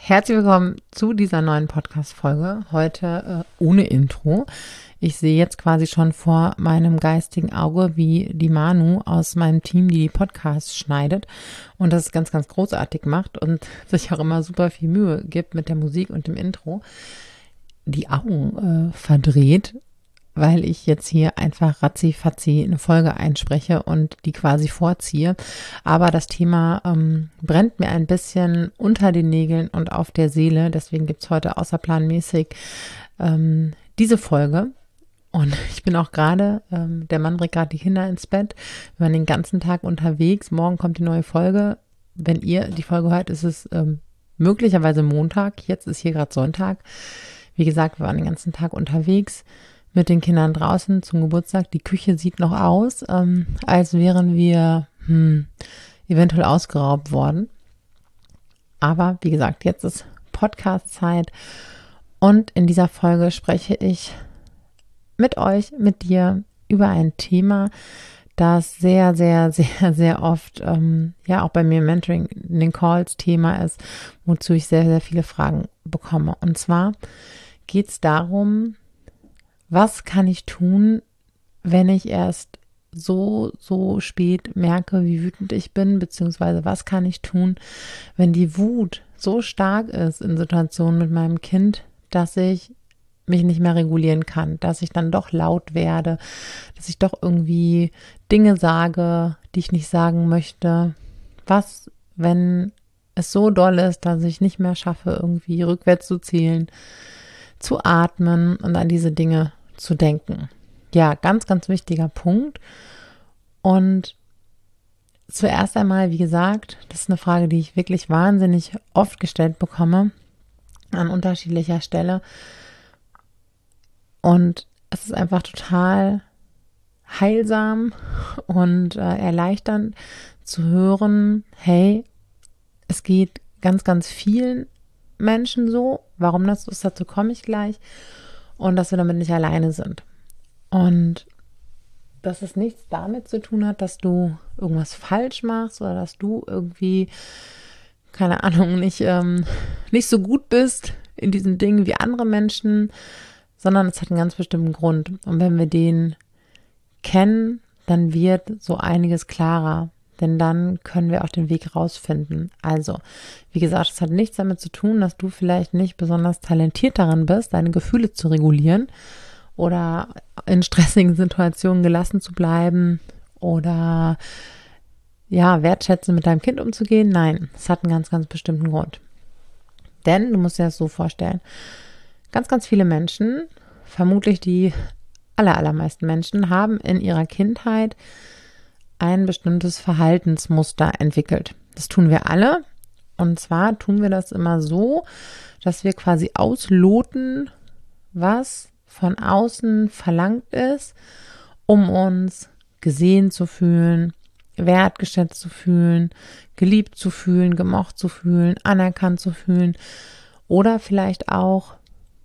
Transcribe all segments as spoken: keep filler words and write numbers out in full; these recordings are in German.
Herzlich willkommen zu dieser neuen Podcast-Folge, heute äh, ohne Intro. Ich sehe jetzt quasi schon vor meinem geistigen Auge, wie die Manu aus meinem Team, die die Podcasts schneidet und das ganz, ganz großartig macht und sich auch immer super viel Mühe gibt mit der Musik und dem Intro, die Augen äh, verdreht, weil ich jetzt hier einfach ratzi-fatzi eine Folge einspreche und die quasi vorziehe. Aber das Thema ähm, brennt mir ein bisschen unter den Nägeln und auf der Seele. Deswegen gibt's heute außerplanmäßig ähm, diese Folge. Und ich bin auch gerade, ähm, der Mann bringt gerade die Kinder ins Bett. Wir waren den ganzen Tag unterwegs. Morgen kommt die neue Folge. Wenn ihr die Folge hört, ist es ähm, möglicherweise Montag. Jetzt ist hier gerade Sonntag. Wie gesagt, wir waren den ganzen Tag unterwegs mit den Kindern draußen zum Geburtstag. Die Küche sieht noch aus, ähm, als wären wir hm, eventuell ausgeraubt worden. Aber wie gesagt, jetzt ist Podcast-Zeit und in dieser Folge spreche ich mit euch, mit dir über ein Thema, das sehr, sehr, sehr, sehr oft, ähm, ja auch bei mir im Mentoring in den Calls Thema ist, wozu ich sehr, sehr viele Fragen bekomme. Und zwar geht es darum, was kann ich tun, wenn ich erst so, so spät merke, wie wütend ich bin, beziehungsweise was kann ich tun, wenn die Wut so stark ist in Situationen mit meinem Kind, dass ich mich nicht mehr regulieren kann, dass ich dann doch laut werde, dass ich doch irgendwie Dinge sage, die ich nicht sagen möchte. Was, wenn es so doll ist, dass ich nicht mehr schaffe, irgendwie rückwärts zu zählen, zu atmen und an diese Dinge zu denken. Ja, ganz, ganz wichtiger Punkt. Und zuerst einmal, wie gesagt, das ist eine Frage, die ich wirklich wahnsinnig oft gestellt bekomme, an unterschiedlicher Stelle. Und es ist einfach total heilsam und äh, erleichternd zu hören, hey, es geht ganz, ganz vielen Menschen so. Warum das so ist, dazu komme ich gleich. Und dass wir damit nicht alleine sind. Und dass es nichts damit zu tun hat, dass du irgendwas falsch machst oder dass du irgendwie, keine Ahnung, nicht, ähm, nicht so gut bist in diesen Dingen wie andere Menschen, sondern es hat einen ganz bestimmten Grund. Und wenn wir den kennen, dann wird so einiges klarer. Denn dann können wir auch den Weg rausfinden. Also, wie gesagt, es hat nichts damit zu tun, dass du vielleicht nicht besonders talentiert darin bist, deine Gefühle zu regulieren oder in stressigen Situationen gelassen zu bleiben oder ja, wertschätzend mit deinem Kind umzugehen. Nein, es hat einen ganz, ganz bestimmten Grund. Denn du musst dir das so vorstellen, ganz, ganz viele Menschen, vermutlich die aller, allermeisten Menschen, haben in ihrer Kindheit ein bestimmtes Verhaltensmuster entwickelt. Das tun wir alle. Und zwar tun wir das immer so, dass wir quasi ausloten, was von außen verlangt ist, um uns gesehen zu fühlen, wertgeschätzt zu fühlen, geliebt zu fühlen, gemocht zu fühlen, anerkannt zu fühlen oder vielleicht auch,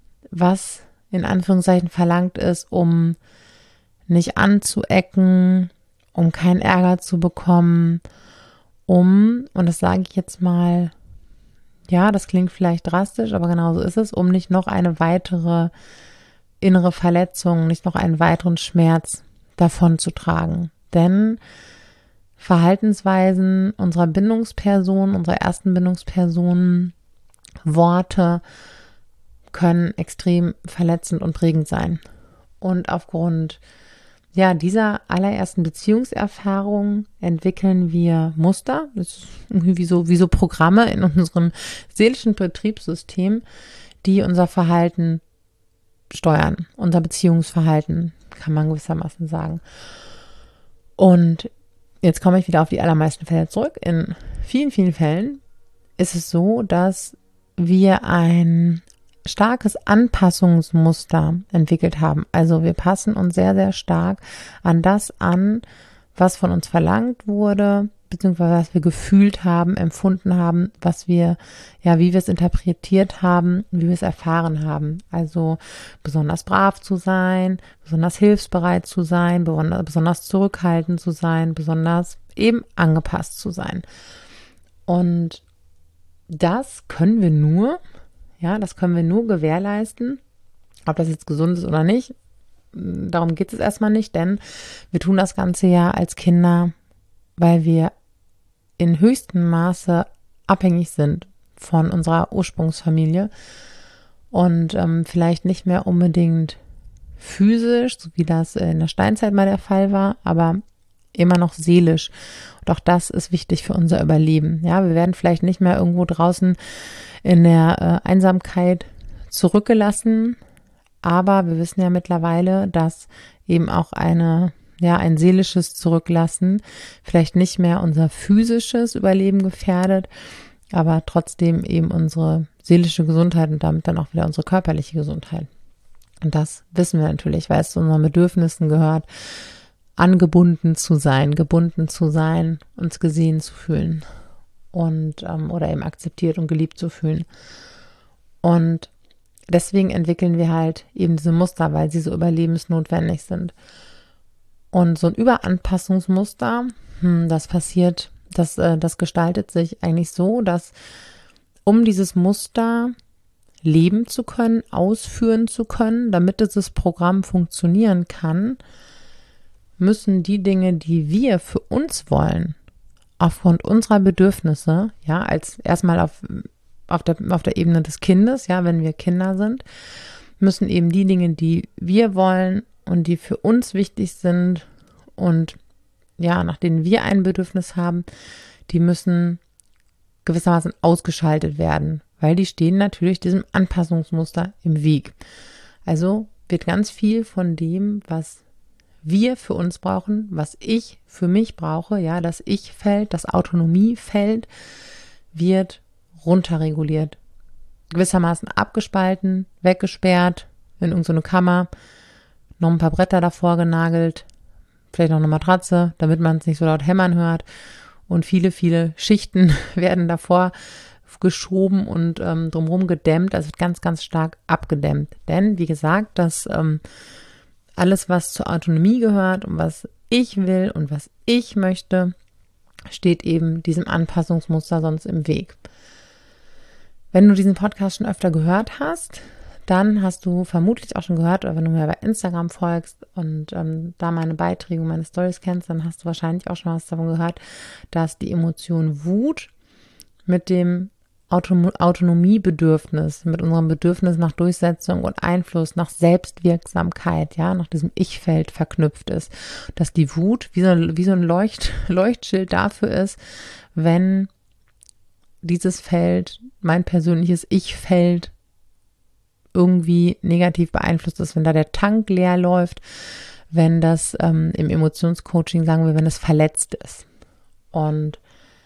was in Anführungszeichen verlangt ist, um nicht anzuecken, um keinen Ärger zu bekommen, um, und das sage ich jetzt mal, ja, das klingt vielleicht drastisch, aber genauso ist es, um nicht noch eine weitere innere Verletzung, nicht noch einen weiteren Schmerz davon zu tragen. Denn Verhaltensweisen unserer Bindungsperson, unserer ersten Bindungspersonen, Worte können extrem verletzend und prägend sein. Und aufgrund ja, dieser allerersten Beziehungserfahrung entwickeln wir Muster, das ist irgendwie wie so, wie so Programme in unserem seelischen Betriebssystem, die unser Verhalten steuern, unser Beziehungsverhalten, kann man gewissermaßen sagen. Und jetzt komme ich wieder auf die allermeisten Fälle zurück. In vielen, vielen Fällen ist es so, dass wir ein starkes Anpassungsmuster entwickelt haben. Also wir passen uns sehr, sehr stark an das an, was von uns verlangt wurde, beziehungsweise was wir gefühlt haben, empfunden haben, was wir, ja, wie wir es interpretiert haben, wie wir es erfahren haben. Also besonders brav zu sein, besonders hilfsbereit zu sein, besonders zurückhaltend zu sein, besonders eben angepasst zu sein. Und das können wir nur, ja, das können wir nur gewährleisten, ob das jetzt gesund ist oder nicht. Darum geht es erstmal nicht, denn wir tun das Ganze ja als Kinder, weil wir in höchstem Maße abhängig sind von unserer Ursprungsfamilie und ähm, vielleicht nicht mehr unbedingt physisch, so wie das in der Steinzeit mal der Fall war, aber immer noch seelisch. Und auch das ist wichtig für unser Überleben. Ja, wir werden vielleicht nicht mehr irgendwo draußen in der äh, Einsamkeit zurückgelassen, aber wir wissen ja mittlerweile, dass eben auch eine, ja, ein seelisches Zurücklassen vielleicht nicht mehr unser physisches Überleben gefährdet, aber trotzdem eben unsere seelische Gesundheit und damit dann auch wieder unsere körperliche Gesundheit. Und das wissen wir natürlich, weil es zu unseren Bedürfnissen gehört, angebunden zu sein, gebunden zu sein, uns gesehen zu fühlen und ähm, oder eben akzeptiert und geliebt zu fühlen. Und deswegen entwickeln wir halt eben diese Muster, weil sie so überlebensnotwendig sind. Und so ein Überanpassungsmuster, hm, das passiert, das, äh, das gestaltet sich eigentlich so, dass um dieses Muster leben zu können, ausführen zu können, damit dieses Programm funktionieren kann, müssen die Dinge, die wir für uns wollen, aufgrund unserer Bedürfnisse, ja, als erstmal auf, auf der, auf der Ebene des Kindes, ja, wenn wir Kinder sind, müssen eben die Dinge, die wir wollen und die für uns wichtig sind und ja, nach denen wir ein Bedürfnis haben, die müssen gewissermaßen ausgeschaltet werden, weil die stehen natürlich diesem Anpassungsmuster im Weg. Also wird ganz viel von dem, was wir für uns brauchen, was ich für mich brauche, ja, das Ich-Feld, das Autonomiefeld, wird runterreguliert, gewissermaßen abgespalten, weggesperrt, in irgendeine Kammer, noch ein paar Bretter davor genagelt, vielleicht noch eine Matratze, damit man es nicht so laut hämmern hört. Und viele, viele Schichten werden davor geschoben und ähm, drumherum gedämmt, also wird ganz, ganz stark abgedämmt. Denn, wie gesagt, das ähm, alles, was zur Autonomie gehört und was ich will und was ich möchte, steht eben diesem Anpassungsmuster sonst im Weg. Wenn du diesen Podcast schon öfter gehört hast, dann hast du vermutlich auch schon gehört, oder wenn du mir bei Instagram folgst und ähm, da meine Beiträge und meine Storys kennst, dann hast du wahrscheinlich auch schon was davon gehört, dass die Emotion Wut mit dem Auto- Autonomiebedürfnis, mit unserem Bedürfnis nach Durchsetzung und Einfluss, nach Selbstwirksamkeit, ja, nach diesem Ich-Feld verknüpft ist. Dass die Wut wie so, wie so ein Leucht, Leuchtschild dafür ist, wenn dieses Feld, mein persönliches Ich-Feld, irgendwie negativ beeinflusst ist, wenn da der Tank leer läuft, wenn das ähm, im Emotionscoaching sagen wir, wenn es verletzt ist. Und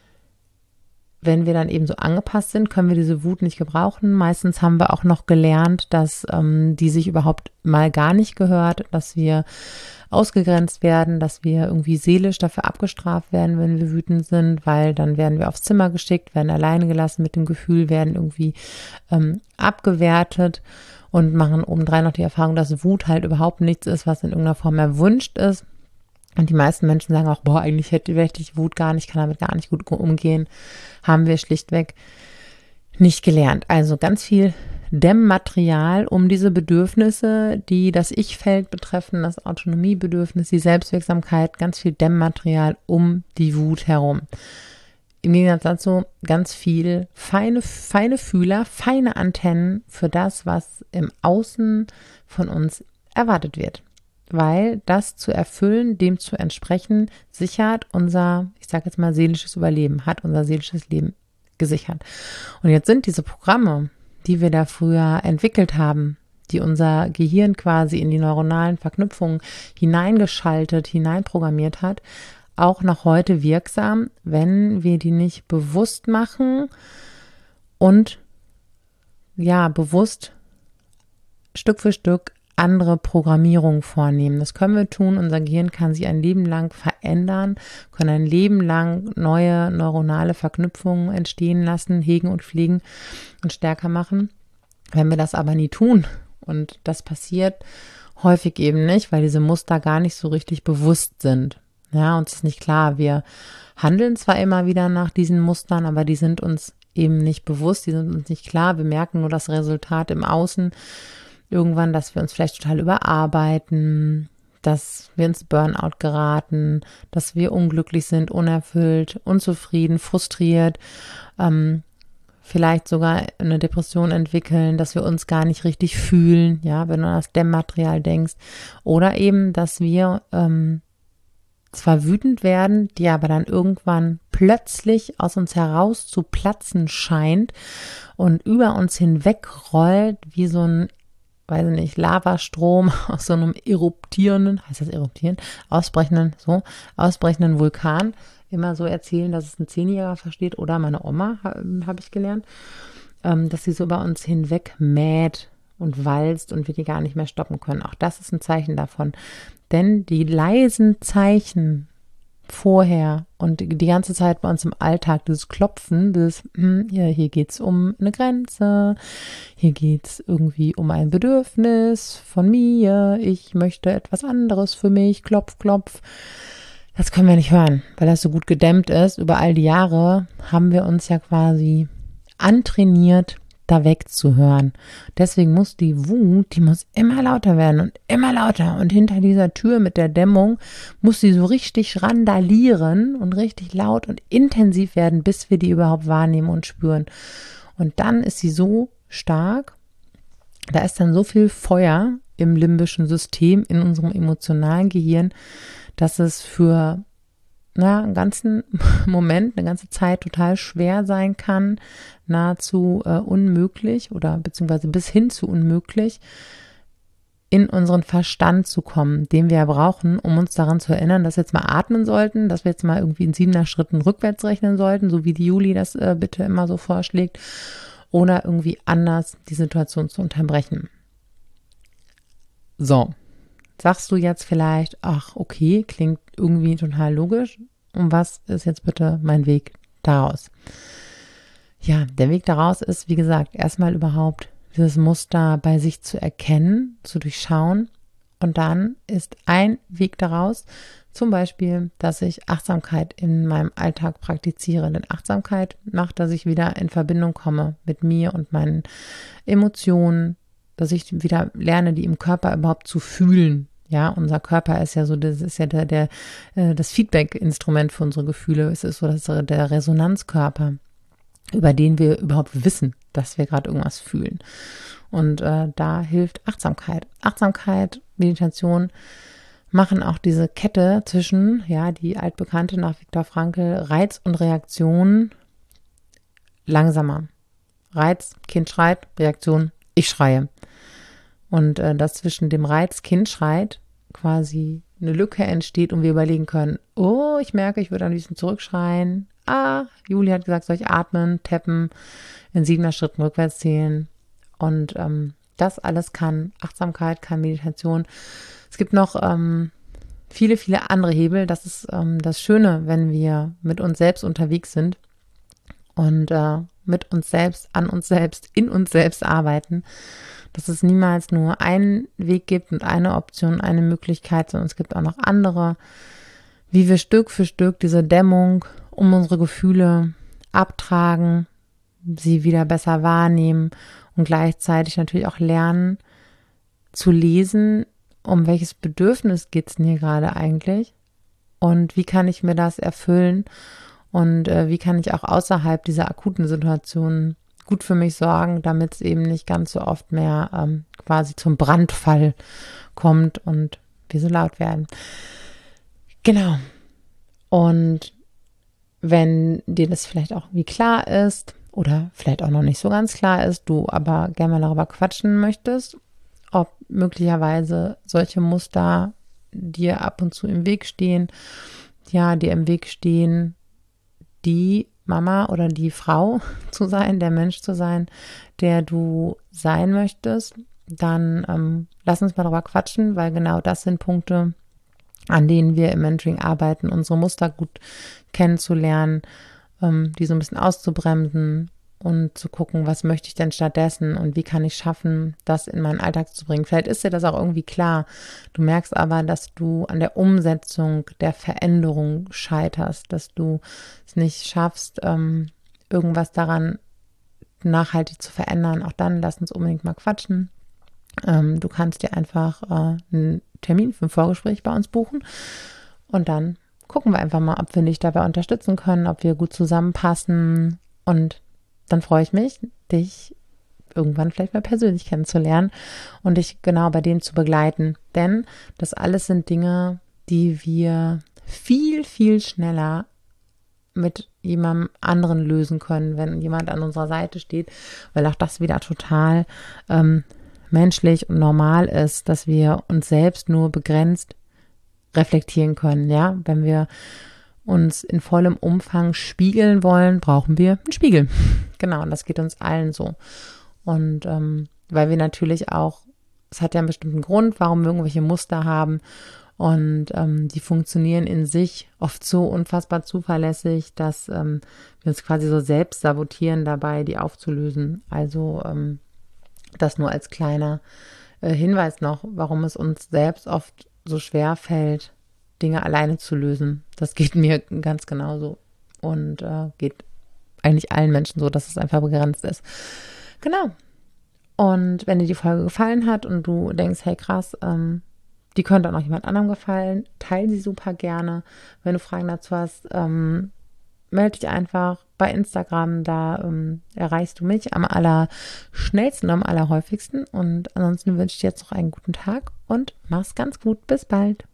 wenn wir dann eben so angepasst sind, können wir diese Wut nicht gebrauchen. Meistens haben wir auch noch gelernt, dass ähm, die sich überhaupt mal gar nicht gehört, dass wir ausgegrenzt werden, dass wir irgendwie seelisch dafür abgestraft werden, wenn wir wütend sind, weil dann werden wir aufs Zimmer geschickt, werden alleine gelassen mit dem Gefühl, werden irgendwie ähm, abgewertet und machen obendrein noch die Erfahrung, dass Wut halt überhaupt nichts ist, was in irgendeiner Form erwünscht ist. Und die meisten Menschen sagen auch, boah, eigentlich hätte ich Wut gar nicht, kann damit gar nicht gut umgehen. Haben wir schlichtweg nicht gelernt. Also ganz viel Dämmmaterial um diese Bedürfnisse, die das Ich-Feld betreffen, das Autonomiebedürfnis, die Selbstwirksamkeit, ganz viel Dämmmaterial um die Wut herum. Im Gegensatz dazu ganz viel feine, feine Fühler, feine Antennen für das, was im Außen von uns erwartet wird. Weil das zu erfüllen, dem zu entsprechen, sichert unser, ich sage jetzt mal, seelisches Überleben, hat unser seelisches Leben gesichert. Und jetzt sind diese Programme, die wir da früher entwickelt haben, die unser Gehirn quasi in die neuronalen Verknüpfungen hineingeschaltet, hineinprogrammiert hat, auch noch heute wirksam, wenn wir die nicht bewusst machen und ja, bewusst Stück für Stück andere Programmierung vornehmen. Das können wir tun. Unser Gehirn kann sich ein Leben lang verändern, können ein Leben lang neue neuronale Verknüpfungen entstehen lassen, hegen und pflegen und stärker machen. Wenn wir das aber nie tun, und das passiert häufig eben nicht, weil diese Muster gar nicht so richtig bewusst sind. Ja, uns ist nicht klar. Wir handeln zwar immer wieder nach diesen Mustern, aber die sind uns eben nicht bewusst, die sind uns nicht klar. Wir merken nur das Resultat im Außen. Irgendwann, dass wir uns vielleicht total überarbeiten, dass wir ins Burnout geraten, dass wir unglücklich sind, unerfüllt, unzufrieden, frustriert, ähm, vielleicht sogar eine Depression entwickeln, dass wir uns gar nicht richtig fühlen, ja, wenn du an das Dämmmaterial denkst. Oder eben, dass wir ähm, zwar wütend werden, die aber dann irgendwann plötzlich aus uns heraus zu platzen scheint und über uns hinwegrollt, wie so ein, weiß ich nicht, Lavastrom aus so einem eruptierenden, heißt das eruptieren, ausbrechenden, so, ausbrechenden Vulkan. Immer so erzählen, dass es ein Zehnjähriger versteht, oder meine Oma, habe hab ich gelernt, ähm, dass sie so über uns hinweg mäht und walzt und wir die gar nicht mehr stoppen können. Auch das ist ein Zeichen davon. Denn die leisen Zeichen vorher und die ganze Zeit bei uns im Alltag, dieses Klopfen, dieses, hm, ja, hier geht's um eine Grenze, hier geht's irgendwie um ein Bedürfnis von mir, ich möchte etwas anderes für mich, klopf, klopf. Das können wir nicht hören, weil das so gut gedämmt ist. Über all die Jahre haben wir uns ja quasi antrainiert, da wegzuhören. Deswegen muss die Wut, die muss immer lauter werden und immer lauter. Und hinter dieser Tür mit der Dämmung muss sie so richtig randalieren und richtig laut und intensiv werden, bis wir die überhaupt wahrnehmen und spüren. Und dann ist sie so stark, da ist dann so viel Feuer im limbischen System, in unserem emotionalen Gehirn, dass es für na, einen ganzen Moment, eine ganze Zeit total schwer sein kann, nahezu äh, unmöglich oder beziehungsweise bis hin zu unmöglich, in unseren Verstand zu kommen, den wir ja brauchen, um uns daran zu erinnern, dass wir jetzt mal atmen sollten, dass wir jetzt mal irgendwie in siebener Schritten rückwärts rechnen sollten, so wie die Juli das äh, bitte immer so vorschlägt, oder irgendwie anders die Situation zu unterbrechen. So. Sagst du jetzt vielleicht, ach okay, klingt irgendwie total logisch. Und was ist jetzt bitte mein Weg daraus? Ja, der Weg daraus ist, wie gesagt, erstmal überhaupt dieses Muster bei sich zu erkennen, zu durchschauen. Und dann ist ein Weg daraus zum Beispiel, dass ich Achtsamkeit in meinem Alltag praktiziere. Denn Achtsamkeit macht, dass ich wieder in Verbindung komme mit mir und meinen Emotionen, dass ich wieder lerne, die im Körper überhaupt zu fühlen. Ja, unser Körper ist ja so, das ist ja der, der, das Feedback-Instrument für unsere Gefühle. Es ist so, das ist der Resonanzkörper, über den wir überhaupt wissen, dass wir gerade irgendwas fühlen. Und äh, da hilft Achtsamkeit. Achtsamkeit, Meditation machen auch diese Kette zwischen, ja, die altbekannte nach Viktor Frankl, Reiz und Reaktion langsamer. Reiz, Kind schreit, Reaktion, ich schreie. Und äh, dass zwischen dem Reiz, Kind schreit, quasi eine Lücke entsteht und wir überlegen können, oh, ich merke, ich würde am liebsten zurückschreien. Ah, Juli hat gesagt, soll ich atmen, tappen, in siebener Schritten rückwärts zählen. Und ähm, das alles kann Achtsamkeit, kann Meditation. Es gibt noch ähm, viele, viele andere Hebel. Das ist ähm, das Schöne, wenn wir mit uns selbst unterwegs sind und äh, mit uns selbst, an uns selbst, in uns selbst arbeiten, dass es niemals nur einen Weg gibt und eine Option, eine Möglichkeit, sondern es gibt auch noch andere, wie wir Stück für Stück diese Dämmung um unsere Gefühle abtragen, sie wieder besser wahrnehmen und gleichzeitig natürlich auch lernen zu lesen, um welches Bedürfnis geht es denn hier gerade eigentlich und wie kann ich mir das erfüllen und äh, wie kann ich auch außerhalb dieser akuten Situationen gut für mich sorgen, damit es eben nicht ganz so oft mehr ähm, quasi zum Brandfall kommt und wir so laut werden. Genau. Und wenn dir das vielleicht auch wie klar ist oder vielleicht auch noch nicht so ganz klar ist, du aber gerne mal darüber quatschen möchtest, ob möglicherweise solche Muster dir ab und zu im Weg stehen, ja, dir im Weg stehen, die Mama oder die Frau zu sein, der Mensch zu sein, der du sein möchtest, dann ähm, lass uns mal darüber quatschen, weil genau das sind Punkte, an denen wir im Mentoring arbeiten, unsere Muster gut kennenzulernen, ähm, die so ein bisschen auszubremsen und zu gucken, was möchte ich denn stattdessen und wie kann ich schaffen, das in meinen Alltag zu bringen. Vielleicht ist dir das auch irgendwie klar. Du merkst aber, dass du an der Umsetzung der Veränderung scheiterst, dass du es nicht schaffst, ähm, irgendwas daran nachhaltig zu verändern, auch dann lass uns unbedingt mal quatschen. Ähm, du kannst dir einfach äh, einen Termin für ein Vorgespräch bei uns buchen und dann gucken wir einfach mal, ob wir dich dabei unterstützen können, ob wir gut zusammenpassen, und dann freue ich mich, dich irgendwann vielleicht mal persönlich kennenzulernen und dich genau bei dem zu begleiten, denn das alles sind Dinge, die wir viel, viel schneller mit jemandem anderen lösen können, wenn jemand an unserer Seite steht, weil auch das wieder total ähm, menschlich und normal ist, dass wir uns selbst nur begrenzt reflektieren können, ja, wenn wir uns in vollem Umfang spiegeln wollen, brauchen wir einen Spiegel. Genau, und das geht uns allen so. Und ähm, weil wir natürlich auch, es hat ja einen bestimmten Grund, warum wir irgendwelche Muster haben, und ähm, die funktionieren in sich oft so unfassbar zuverlässig, dass ähm, wir uns quasi so selbst sabotieren dabei, die aufzulösen. Also ähm, das nur als kleiner äh, Hinweis noch, warum es uns selbst oft so schwer fällt, Dinge alleine zu lösen. Das geht mir ganz genauso und äh, geht eigentlich allen Menschen so, dass es einfach begrenzt ist. Genau. Und wenn dir die Folge gefallen hat und du denkst, hey krass, ähm, die könnte auch noch jemand anderem gefallen, teile sie super gerne. Wenn du Fragen dazu hast, ähm, melde dich einfach bei Instagram, da ähm, erreichst du mich am allerschnellsten, am allerhäufigsten. Und ansonsten wünsche ich dir jetzt noch einen guten Tag und mach's ganz gut. Bis bald.